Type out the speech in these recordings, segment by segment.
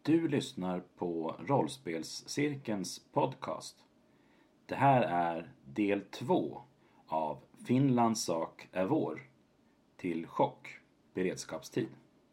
Du lyssnar på Rollspelscirkelns podcast. Det här är del 2 av Finlands sak är vår till chock beredskapstid.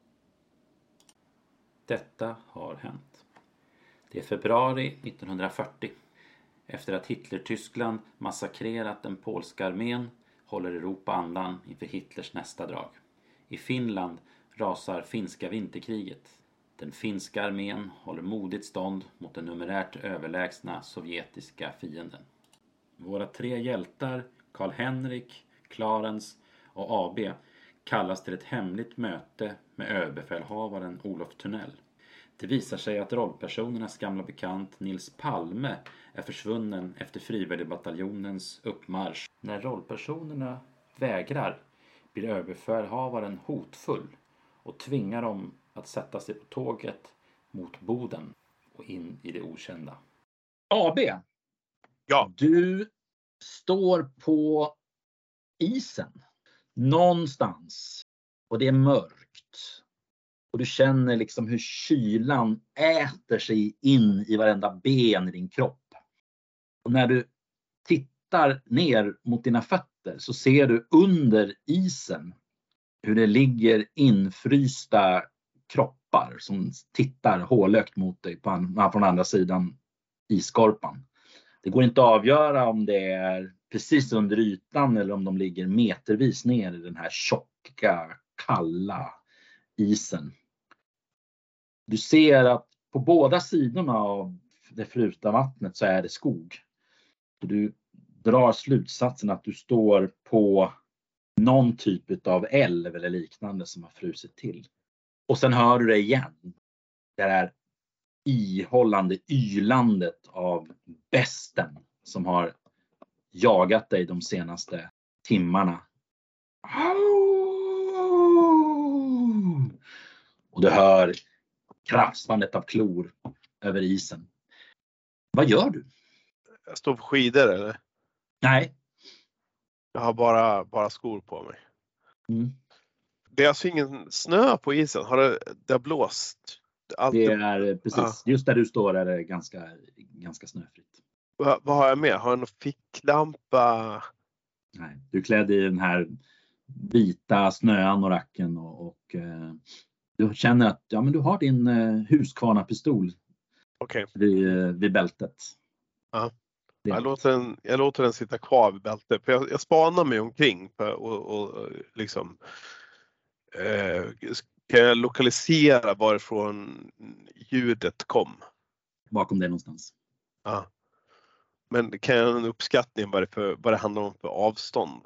Detta har hänt. Det är februari 1940. Efter att Hitler-Tyskland massakrerat den polska armén håller Europa andan inför Hitlers nästa drag. I Finland rasar finska vinterkriget. Den finska armén håller modigt stånd mot den numerärt överlägsna sovjetiska fienden. Våra 3 hjältar, Karl-Henrik, Clarence och AB, kallas till ett hemligt möte med överbefälhavaren Olof Thunell. Det visar sig att rollpersonernas gamla bekant Nils Palme är försvunnen efter frivilligbataljonens uppmarsch. När rollpersonerna vägrar blir överbefälhavaren hotfull och tvingar dem att sätta sig på tåget mot Boden och in i det okända. AB, Ja. Du står på isen någonstans och det är mörkt. Och du känner liksom hur kylan äter sig in i varenda ben i din kropp. Och när du tittar ner mot dina fötter så ser du under isen hur det ligger infrysta kroppar som tittar hålögt mot dig från andra sidan isskorpan. Det går inte att avgöra om det är precis under ytan eller om de ligger metervis ner i den här tjocka, kalla isen. Du ser att på båda sidorna av det frusna vattnet så är det skog. Du drar slutsatsen att du står på någon typ av älv eller liknande som har frusit till. Och sen hör du det igen. Det här ihållande ylandet av besten som har jagat dig de senaste timmarna. Och du hör krafsandet av klor över isen. Vad gör du? Jag står på skidor eller? Nej. Jag har bara skor på mig. Mm. Det är alltså ingen snö på isen. Det har blåst? Det är precis. Just där du står är det ganska snöfritt. Vad har jag med? Har jag någon ficklampa? Nej, du är klädd i den här vita snöanoraken och du känner att men du har din Husqvarna-pistol. Okej. Vid bältet. Ja. Jag låter den sitta kvar vid bältet. För jag spanar mig omkring och liksom kan jag lokalisera varifrån ljudet kom. Bakom det någonstans. Ja. Men kan jag ha en uppskattning vad det handlar om för avstånd?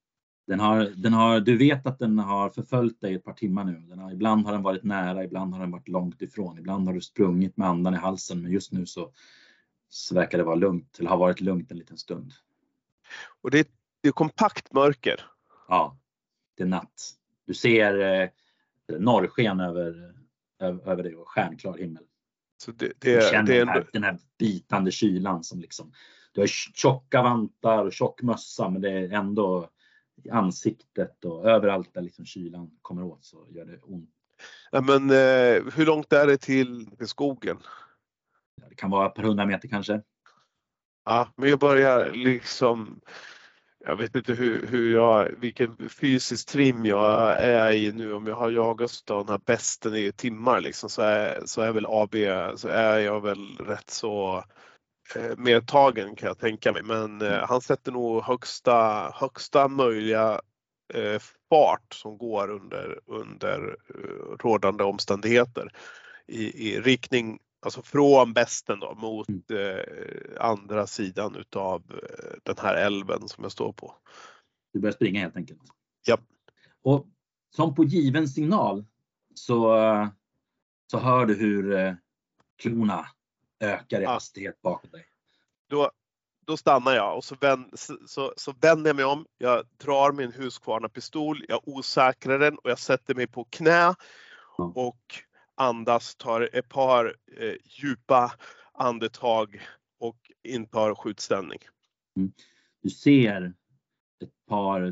Du vet att den har förföljt dig ett par timmar nu. Ibland har den varit nära, ibland har den varit långt ifrån. Ibland har du sprungit med andan i halsen, men just nu så verkar det vara lugnt. Eller har varit lugnt en liten stund. Och det är kompakt mörker. Ja, det är natt. Du ser norrsken över dig och stjärnklar himmel. Så du känner den här bitande kylan som liksom, du har tjocka vantar och tjock mössa, men det är ändå i ansiktet och överallt där liksom kylan kommer åt så gör det ont. Ja, men hur långt är det till skogen? Det kan vara ett par 100 meter kanske. Ja, men jag börjar liksom, jag vet inte vilken fysisk trim jag är i nu. Om jag har jagat den här besten i timmar liksom, så är väl AB, så är jag väl rätt så medtagen kan jag tänka mig. Men han sätter nog högsta möjliga fart som går under rådande omständigheter i riktning, alltså från besten då mot andra sidan utav den här älven som jag står på. Du börjar springa helt enkelt. Ja. Och som på given signal så hör du hur klorna ökar i hastighet bakom dig. Då stannar jag och så vänder jag mig om. Jag drar min Husqvarna-pistol, jag osäkrar den och jag sätter mig på knä och andas, tar ett par djupa andetag och intar skjutställning. Du ser ett par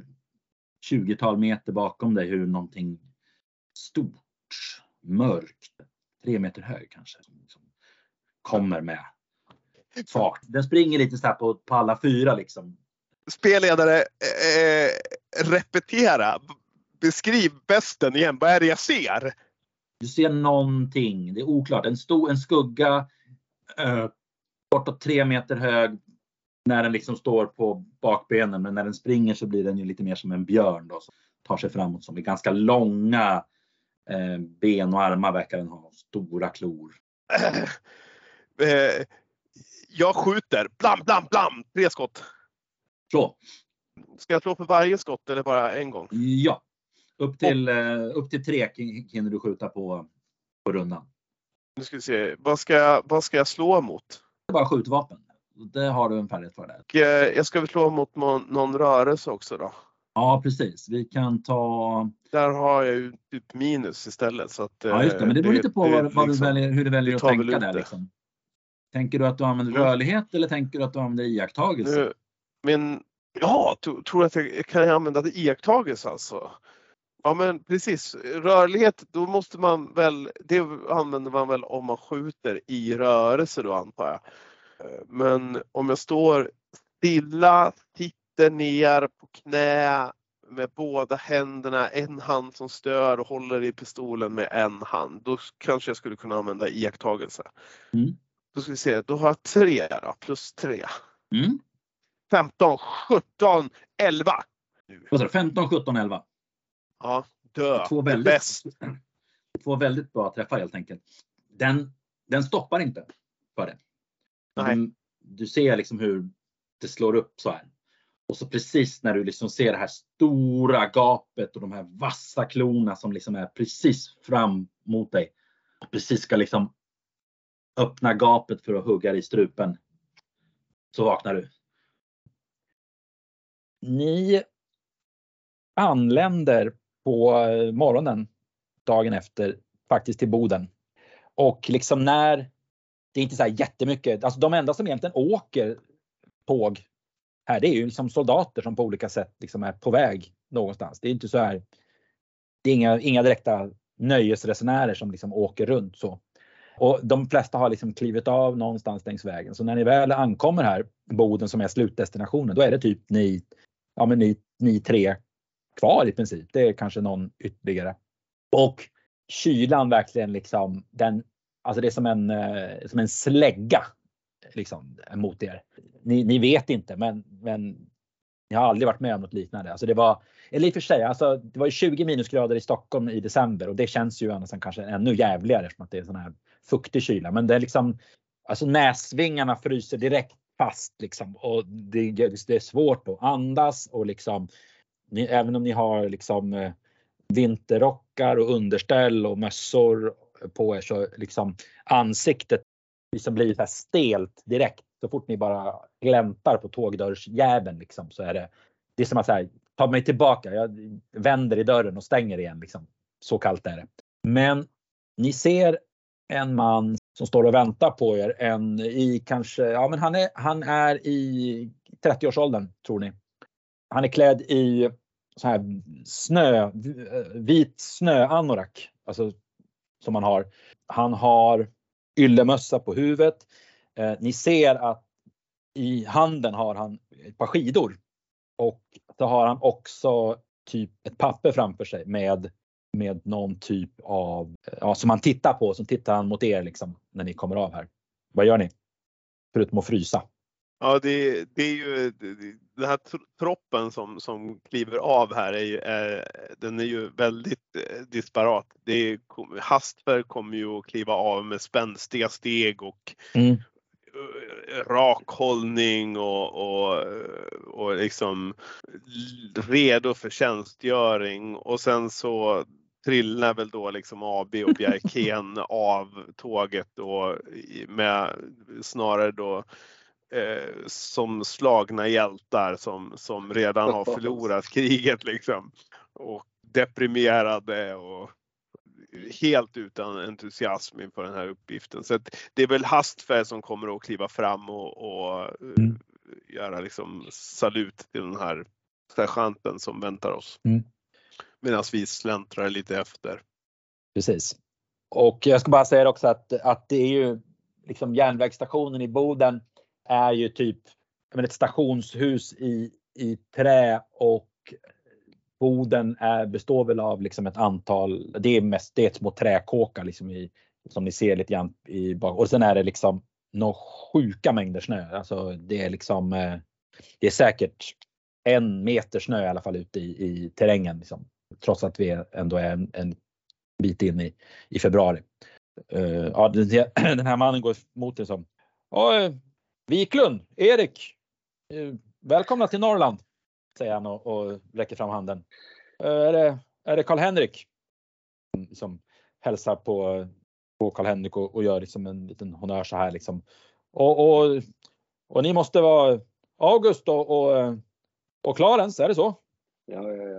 20-tal meter bakom dig hur någonting stort, mörkt, 3 meter hög kanske. Som kommer med fart. Den springer lite så här på alla 4 liksom. Spelledare, repetera. Beskriv besten igen. Vad är det jag ser? Du ser någonting. Det är oklart. En skugga bortåt 3 meter hög när den liksom står på bakbenen. Men när den springer så blir den ju lite mer som en björn då, som tar sig framåt. Som är ganska långa ben och armar verkar den ha. Stora klor. Jag skjuter. Blam, blam, blam. 3 skott. Så. Ska jag slå för varje skott eller bara en gång? Ja. Upp till 3 hinner du skjuta på rundan. Nu ska vi se. Vad ska jag slå mot? Det är bara skjutvapen. Det har du en färdighet för där. Jag ska väl slå mot någon rörelse också då? Ja, precis. Vi kan ta... Där har jag ju typ minus istället. Så att, ja, just det. Men det beror lite på liksom, hur du väljer att tänka där. Det. Liksom. Tänker du att du använder rörlighet eller tänker du att du använder iakttagelse? Tror att jag kan använda det iakttagelse alltså. Ja men precis, rörlighet då måste man väl, det använder man väl om man skjuter i rörelse då antar jag. Men om jag står stilla, tittar ner på knä med båda händerna, en hand som stör och håller i pistolen med en hand, då kanske jag skulle kunna använda iakttagelse. Då ska vi se, då har jag 3 då, plus 3. 15, 17, 11. Vad sa du? 15, 17, 11. Ja, dö. Två väldigt bra träffar helt enkelt. Den stoppar inte för det. Du ser liksom hur det slår upp så här. Och så precis när du liksom ser det här stora gapet och de här vassa klorna som liksom är precis fram mot dig. Och precis ska liksom öppna gapet för att hugga dig i strupen. Så vaknar du. Ni anländer på morgonen dagen efter faktiskt till Boden. Och liksom när det är inte så här jättemycket, alltså de enda som egentligen åker tåg här, det är ju liksom soldater som på olika sätt liksom är på väg någonstans. Det är inte så här, det är inga direkta nöjesresenärer som liksom åker runt så. Och de flesta har liksom klivit av någonstans längs vägen. Så när ni väl ankommer här, Boden som är slutdestinationen, då är det typ ni 3 kvar i princip. Det är kanske någon ytterligare. Och kylan verkligen liksom, alltså det är som en slägga liksom mot er. Ni vet inte, men ni har aldrig varit med om något liknande. Alltså det var, eller i och för sig, alltså det var ju 20 minusgrader i Stockholm i december och det känns ju nästan kanske ännu jävligare eftersom att det är sån här fuktig kyla. Men det är liksom, alltså näsvingarna fryser direkt fast liksom och det är svårt att andas och liksom, även om ni har liksom vinterrockar och underställ och mössor på er så liksom ansiktet liksom blir så här stelt direkt. Så fort ni bara gläntar på tågdörrsjäveln liksom, så är det som att säga, ta mig tillbaka, jag vänder i dörren och stänger igen liksom. Så kallt är det. Men ni ser en man som står och väntar på er, men han är i 30-årsåldern tror ni. Han är klädd i så här vit snöanorak, alltså som man har. Han har yllemössa på huvudet. Ni ser att i handen har han ett par skidor. Och så har han också typ ett papper framför sig med någon typ av, som han tittar på, så tittar han mot er liksom när ni kommer av här. Vad gör ni? Förutom att frysa. Ja, det är ju den här troppen som kliver av här den är ju väldigt disparat. Hastberg kommer ju att kliva av med spänstiga steg och rak hållning och liksom redo för tjänstgöring, och sen så trillar väl då liksom AB och Bjerkén av tåget och med snarare då som slagna hjältar som redan har förlorat kriget liksom, och deprimerade och helt utan entusiasm inför den här uppgiften. Så att det är väl Hastberg som kommer att kliva fram och göra liksom salut till den här sergeanten som väntar oss. Medan vi släntrar lite efter. Precis. Och jag ska bara säga också att det är ju liksom järnvägsstationen i Boden är ju typ ett stationshus i trä, och Boden består väl av liksom ett antal, det är ett små träkåkar liksom som ni ser lite grann i bak, och sen är det liksom några sjuka mängder snö. Alltså det är liksom det är säkert 1 meter snö i alla fall ute i terrängen liksom, trots att vi ändå är en bit in i februari. Ja, den här mannen går mot det som Wiklund, Erik, välkomna till Norrland, säger han och räcker fram handen. Är det Karl-Henrik som hälsar på Karl-Henrik och gör liksom en liten honnör så här liksom. Och ni måste vara August och Clarence, är det så? Ja.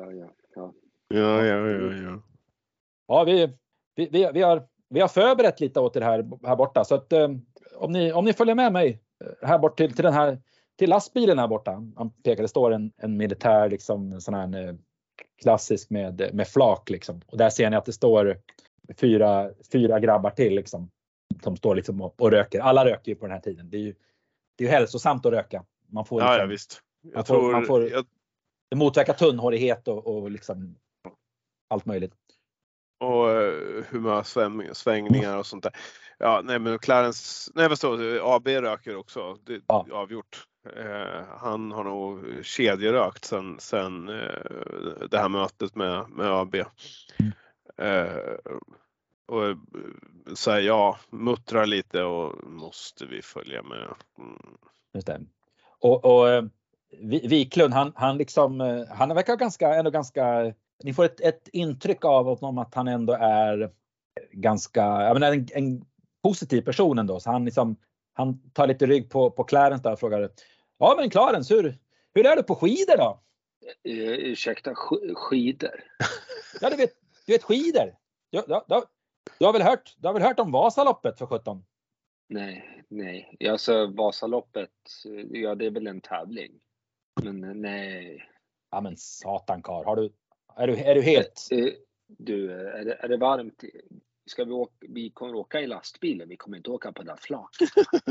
Ja, vi har förberett lite åt det här borta, så att om ni följer med mig här bort till den här till lastbilen här borta. Han pekar, det står en militär liksom sån här klassisk med flak liksom, och där ser ni att det står fyra grabbar till liksom, som står liksom och röker. Alla röker ju på den här tiden. Det är ju hälsosamt att röka. Man får liksom, ja visst. Man får det motverkar tunnhårighet och liksom allt möjligt. Och humörsvängningar och sånt där. Ja, nej men Clarence, nej förstår, AB röker också. Det är avgjort. Han har nog kedjerökt sen det här mötet med AB. Och säger ja, muttrar lite och måste vi följa med. Just det. Och Wiklund, han liksom, han verkar ändå ganska, ni får ett intryck av honom att han ändå är ganska, jag menar, en positiv person ändå, så han tar lite rygg på Clarence där och frågar: ja men Clarence, hur är det på skidor då? Ursäkta, skidor? Ja, du vet skidor. Du har väl hört om Vasaloppet för 17? Nej. Alltså Vasaloppet, ja det är väl en tävling. Men nej. Ja men satan karl, är du helt... Du, är det varmt? Vi kommer åka i lastbilen, vi kommer inte åka på det flaket.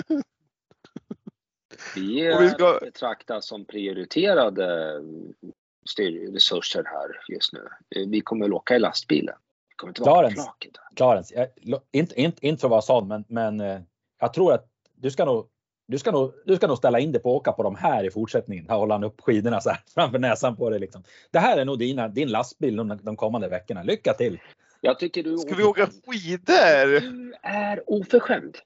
Vi ska betraktas som prioriterade resurser här just nu. Vi kommer att åka i lastbilen. Vi kommer inte vara på flaket. Clarence, inte för att vara sån, men jag tror att du ska nog ställa in dig på att åka på de här i fortsättningen. Här håller han upp skidorna så här framför näsan på dig liksom. Det här är nog din lastbil de kommande veckorna. Lycka till! Jag tycker du ska vi åka skidor? Du är oförskämd.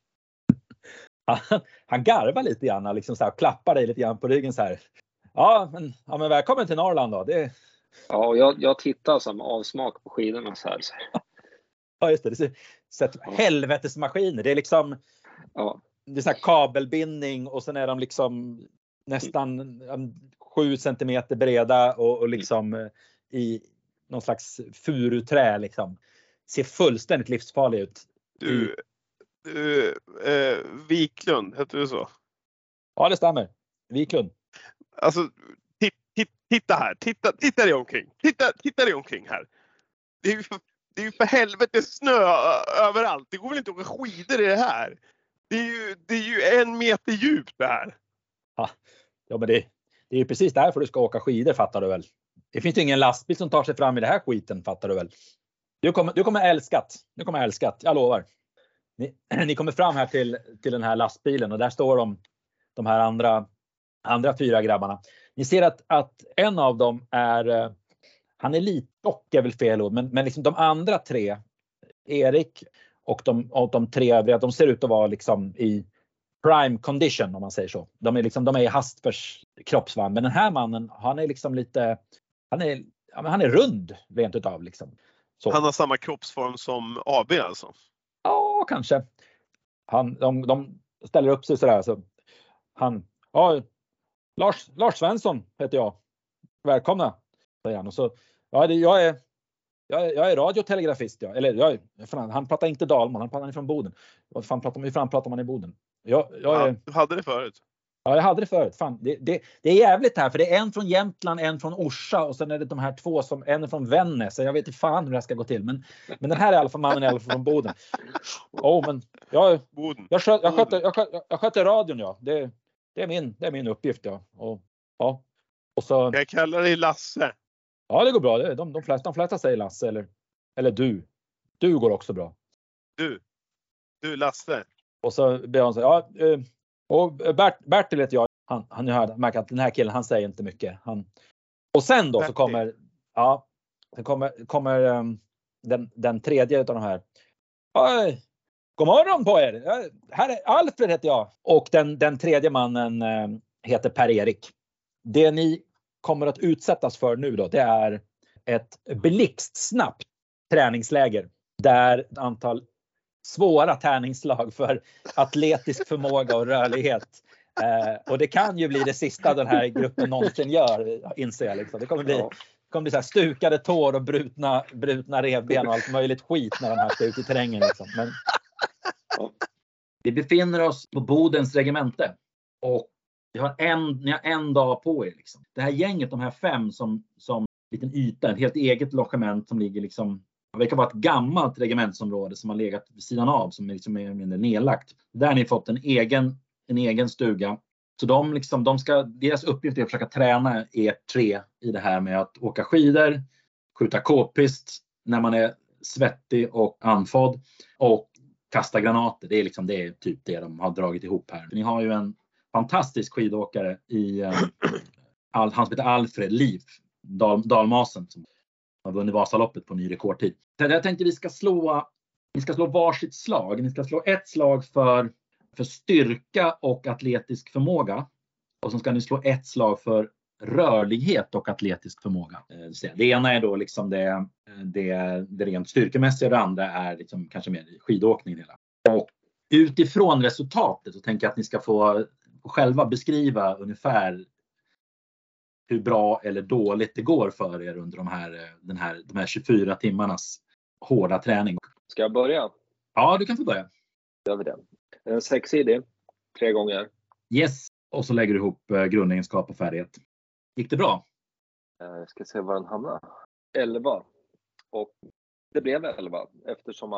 Han garvar lite grann, liksom så här, klappar dig lite grann på ryggen så här. Ja men välkommen till Norrland då. Ja, jag tittar som avsmak på skidorna så här. Ja just det, det är helvetesmaskiner. Det är liksom det är så här kabelbindning och sen är de liksom nästan 7 centimeter breda och liksom i någon slags furuträ liksom. Ser fullständigt livsfarlig ut. Wiklund, heter det så? Ja, det stämmer. Wiklund. Alltså, titta här. Titta dig omkring. Titta dig omkring här. Det är ju för helvete snö överallt. Det går väl inte att åka skidor i det här. Det är ju 1 meter djupt det här. Ja, men det är ju precis därför du ska åka skidor, fattar du väl? Det finns ju ingen lastbil som tar sig fram i det här skiten, fattar du väl? Du kommer älskat, jag lovar. Ni kommer fram här till den här lastbilen och där står de här andra 4 grabbarna. Ni ser att en av dem är, han är lite dock är väl fel ord, men liksom de andra 3, Erik och de 3 övriga, de ser ut att vara liksom i prime condition om man säger så. De är i Haspers kroppsvagn, men den här mannen, han är liksom lite, han är rund rent utav liksom. Så. Han har samma kroppsform som AB alltså? Ja, kanske. De ställer upp sig sådär. Så Lars Svensson heter jag. Välkomna, säger han. Och så, jag är radiotelegrafist. Ja. Eller han pratar inte Dalman, han pratar från Boden. Hur fan pratar man i Boden? Du hade det förut. Ja, jag hade det förut. Fan, det är jävligt här, för det är en från Jämtland, en från Orsa och sen är det de här två som en är från Vännäs. Så jag vet inte fan hur det här ska gå till. Men den här är i alla fall mannen i alla fall från Boden. Men jag sköter radion, ja. Det är min uppgift, ja. Och så, jag kallar dig Lasse. Ja, det går bra. De flesta säger Lasse eller du. Du går också bra. Du Lasse. Och så blir han så och Bertil heter jag. Han hörde märker att den här killen, han säger inte mycket. Och sen då Bertil. Så kommer den tredje av de här. God morgon på er. Här är Alfred heter jag. Och den tredje mannen heter Per-Erik. Det ni kommer att utsättas för nu då, det är ett blixtsnabbt träningsläger där ett antal svåra tärningsslag för atletisk förmåga och rörlighet. Och det kan ju bli det sista den här gruppen någonsin gör, inser jag liksom. Det kommer bli så här stukade tår och brutna revben och allt möjligt skit när de här ska ut i terrängen liksom. Men vi befinner oss på Bodens regemente och ni har en dag på er liksom. Det här gänget, de här 5 som liten yta, ett helt eget logement som ligger liksom, det kan vara ett gammalt regementsområde som har legat vid sidan av, som är liksom mer eller mindre nedlagt. Där har ni fått en egen stuga. Så deras uppgift är att försöka träna er 3 i det här med att åka skidor, skjuta k-pist när man är svettig och andfådd och kasta granater. Det är typ det de har dragit ihop här. Ni har ju en fantastisk skidåkare i han som heter Alfred Liv, dalmasen, som har vunnit Vasaloppet på ny rekordtid. Så jag tänkte vi ska slå varsitt slag. Ni ska slå ett slag för styrka och atletisk förmåga. Och så ska ni slå ett slag för rörlighet och atletisk förmåga. Det ena är då liksom det rent styrkemässiga, och det andra är liksom kanske mer skidåkning. Och utifrån resultatet så tänker jag att ni ska få själva beskriva ungefär hur bra eller dåligt det går för er under de här 24 timmarnas hårda träning. Ska jag börja? Ja, du kan få börja. Gör vi det. En 6-sidig, 3 gånger. Yes, och så lägger du ihop grundegenskap och färdighet. Gick det bra? Jag ska se var den hamnar. 11. Och det blev 11 eftersom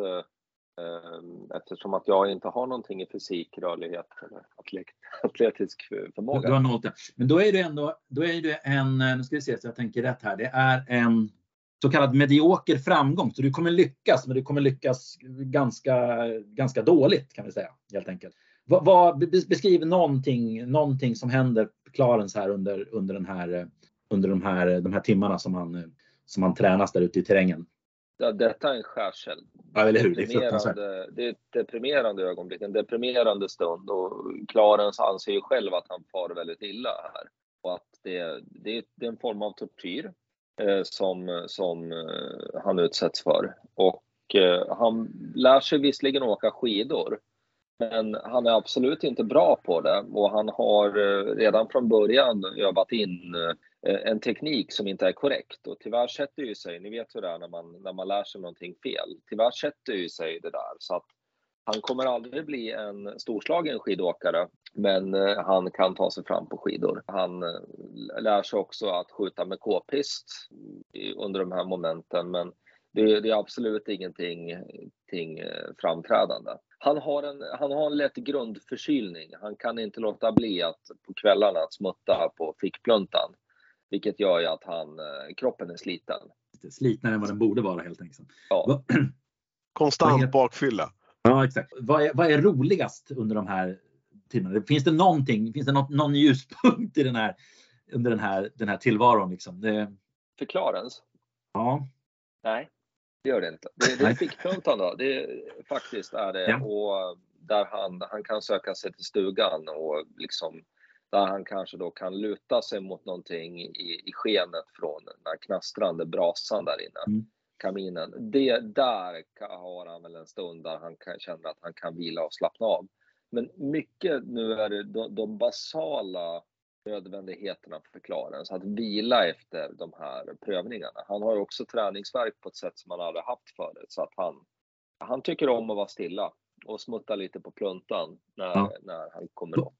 att jag inte har någonting i fysik, rörlighet eller atletisk förmåga. Du har 0. Men då är det en, nu ska vi se så jag tänker rätt här. Det är en så kallad medioker framgång. Så du kommer lyckas, men du kommer lyckas ganska dåligt kan vi säga, helt enkelt. Beskriv någonting som händer på Clarence här under de här timmarna som han tränas där ute i terrängen. Ja, detta är en skärsel. Ja, eller hur? Det är ett deprimerande ögonblick, en deprimerande stund, och Clarence anser ju själv att han far väldigt illa här. Och att det är en form av tortyr som han utsätts för. Och han lär sig visserligen åka skidor, men han är absolut inte bra på det, och han har redan från början övat in en teknik som inte är korrekt, och tyvärr sätter ju sig, ni vet hur det är när man lär sig någonting fel, tyvärr sätter ju sig det där, så att han kommer aldrig bli en storslagen skidåkare, men han kan ta sig fram på skidor. Han lär sig också att skjuta med k-pist under de här momenten, men det är absolut ingenting framträdande. Han har en lätt grundförkylning. Han kan inte låta bli att på kvällarna att smutta på fickpluntan, vilket gör ju att kroppen är sliten. Slitnare än vad den borde vara, helt enkelt. Ja. Konstant bakfylla. Ja, exakt. Vad är roligast under de här timmarna? Finns det någon ljuspunkt under den här tillvaron liksom? För Clarence? Ja. Nej, det gör det inte. Det är fickpluntan då. Faktiskt är det. Ja. Och där han kan söka sig till stugan, och liksom där han kanske då kan luta sig mot någonting i skenet från den här knastrande brasan där inne. Kaminen. Där har han väl en stund där han känner att han kan vila och slappna av. Men mycket nu är det de basala nödvändigheterna för Clarence, att vila efter de här prövningarna. Han har ju också träningsverk på ett sätt som han aldrig haft förut, så att han tycker om att vara stilla och smutta lite på pluntan när han kommer åt.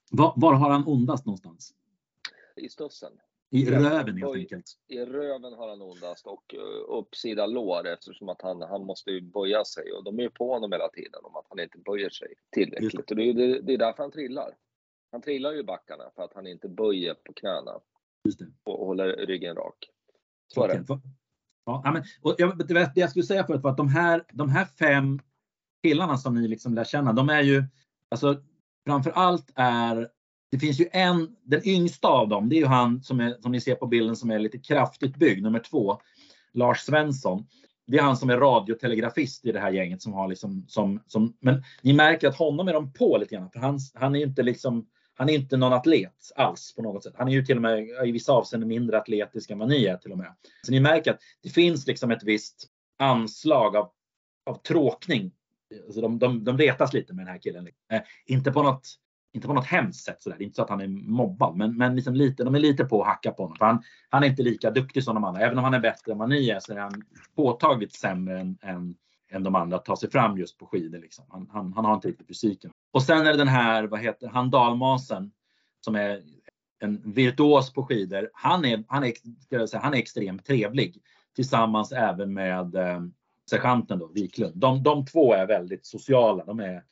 Var har han ondast någonstans? I stussen. I röven helt enkelt. I röven har han ondast och uppsida lår, eftersom att han måste ju böja sig, och de är ju på honom hela tiden om att han inte böjer sig tillräckligt. Och det är därför han trillar. Han trillar ju i backarna för att han inte böjer på knäna. Just det. Och håller ryggen rak. Så är det. Ja, men, och det jag skulle säga förut var att de här 5 killarna som ni liksom lär känna, de är ju, alltså framför allt det finns ju den yngsta av dem, det är ju han som ni ser på bilden, som är lite kraftigt byggd, nummer 2, Lars Svensson. Det är han som är radiotelegrafist i det här gänget som har liksom, men ni märker att honom är de på lite grann, för han är ju inte liksom, han är inte någon atlet alls på något sätt. Han är ju till och med i vissa avseenden mindre atletisk än vad ni är till och med. Så ni märker att det finns liksom ett visst anslag av tråkning. Alltså de retas lite med den här killen. Inte på något hemskt sätt sådär. Det är inte så att han är mobbad, men liksom de är lite på att hacka på honom. För han är inte lika duktig som de andra. Även om han är bättre än vad ni är, så är han påtagligt sämre än de andra att ta sig fram just på skidor. Liksom. Han har inte riktigt fysiken. Och sen är det den här, han Dalmasen, som är en virtuos på skidor. Han är extremt trevlig. Tillsammans även med sergeanten då, Wiklund. De två är väldigt sociala.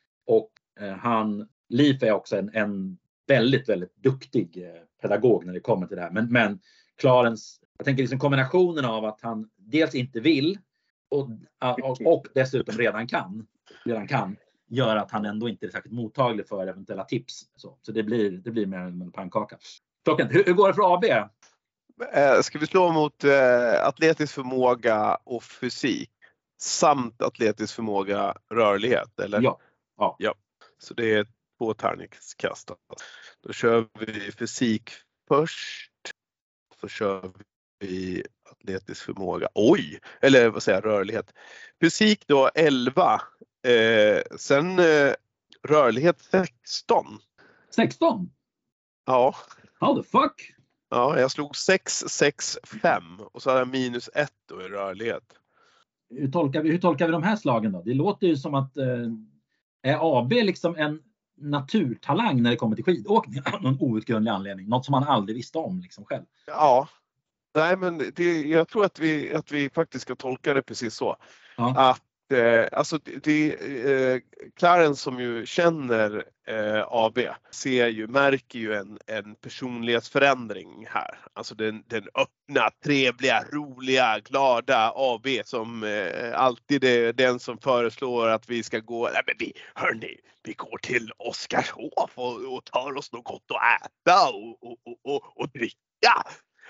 Liv är också en väldigt, väldigt duktig pedagog när det kommer till det här. Men Clarence, jag tänker liksom kombinationen av att han dels inte vill och dessutom redan kan göra att han ändå inte är särskilt mottaglig för eventuella tips. Så det blir mer en pannkaka. Klockan, hur går det för AB? Ska vi slå mot atletisk förmåga och fysik samt atletisk förmåga rörlighet, eller? Ja. Så det är 2 tärningskast. Då kör vi fysik först. Så kör vi atletisk förmåga. Eller vad säger jag, rörlighet. Fysik då 11. Sen rörlighet 16. 16? Ja. How the fuck? Ja, jag slog 6-6-5 och så har jag -1 då i rörlighet. Hur tolkar vi de här slagen då? Det låter ju som att är AB liksom en naturtalang när det kommer till skidåkning av någon outgrundlig anledning. Något som han aldrig visste om liksom själv. Ja, nej men jag tror att vi faktiskt ska tolka det precis så. Ja. Att alltså Clarence som ju känner AB märker ju en personlighetsförändring här. Alltså den öppna, trevliga, roliga, glada AB som alltid är den som föreslår att vi ska gå. Nej, men vi går till Oscarshof och tar oss något gott att äta och dricka.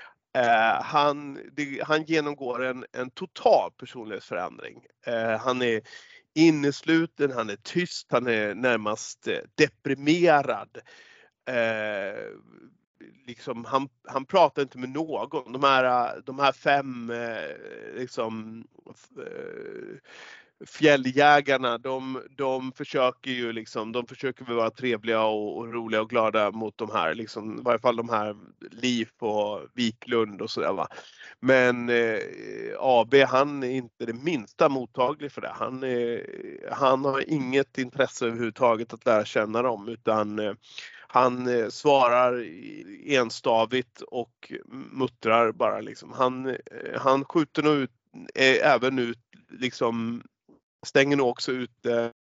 Han genomgår en total personlighetsförändring. Han är innesluten, han är tyst, han är närmast deprimerad. Liksom, han pratar inte med någon. De här 5 liksom, fjälljägarna, de försöker ju liksom, de försöker vara trevliga och roliga och glada mot de här, liksom, i varje fall de här Liv och Wiklund och sådär, va. Men AB, han är inte det minsta mottaglig för det. Han har inget intresse överhuvudtaget att lära känna dem, utan han svarar enstavigt och muttrar bara liksom. Han skjuter nog ut, även ut liksom, stänger nog också ut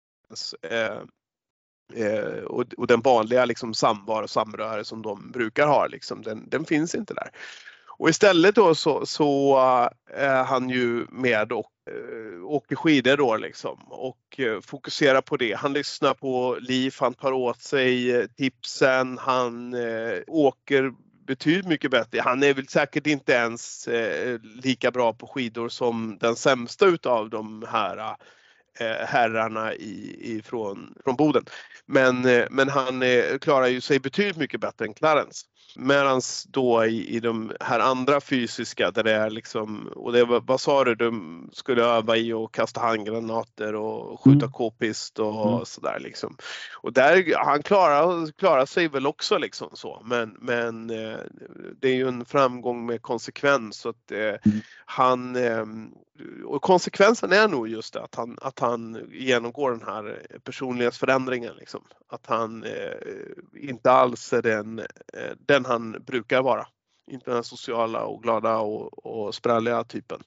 och den vanliga liksom samröre som de brukar ha liksom, den finns inte där. Och istället då så är han ju med och åker skidor då liksom, och fokuserar på det. Han lyssnar på Liv, han tar åt sig tipsen, han åker betydligt mycket bättre. Han är väl säkert inte ens lika bra på skidor som den sämsta utav de här herrarna från Boden. Men han klarar ju sig betydligt mycket bättre än Clarence. Medan då i de här andra fysiska, där det är liksom, och det var, vad sa du, de skulle öva i och kasta handgranater och skjuta k-pist och sådär liksom. Och där, han klarar sig väl också liksom så, men det är ju en framgång med konsekvens, så att och konsekvensen är nog just det, att han genomgår den här personlighetsförändringen. Liksom. Att han inte alls är den han brukar vara. Inte den sociala och glada och spralliga typen.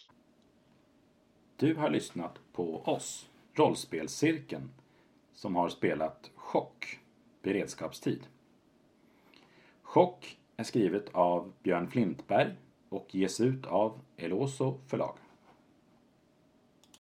Du har lyssnat på oss, Rollspelscirkeln, som har spelat Chock, beredskapstid. Chock är skrivet av Björn Flintberg och ges ut av Eloso förlag.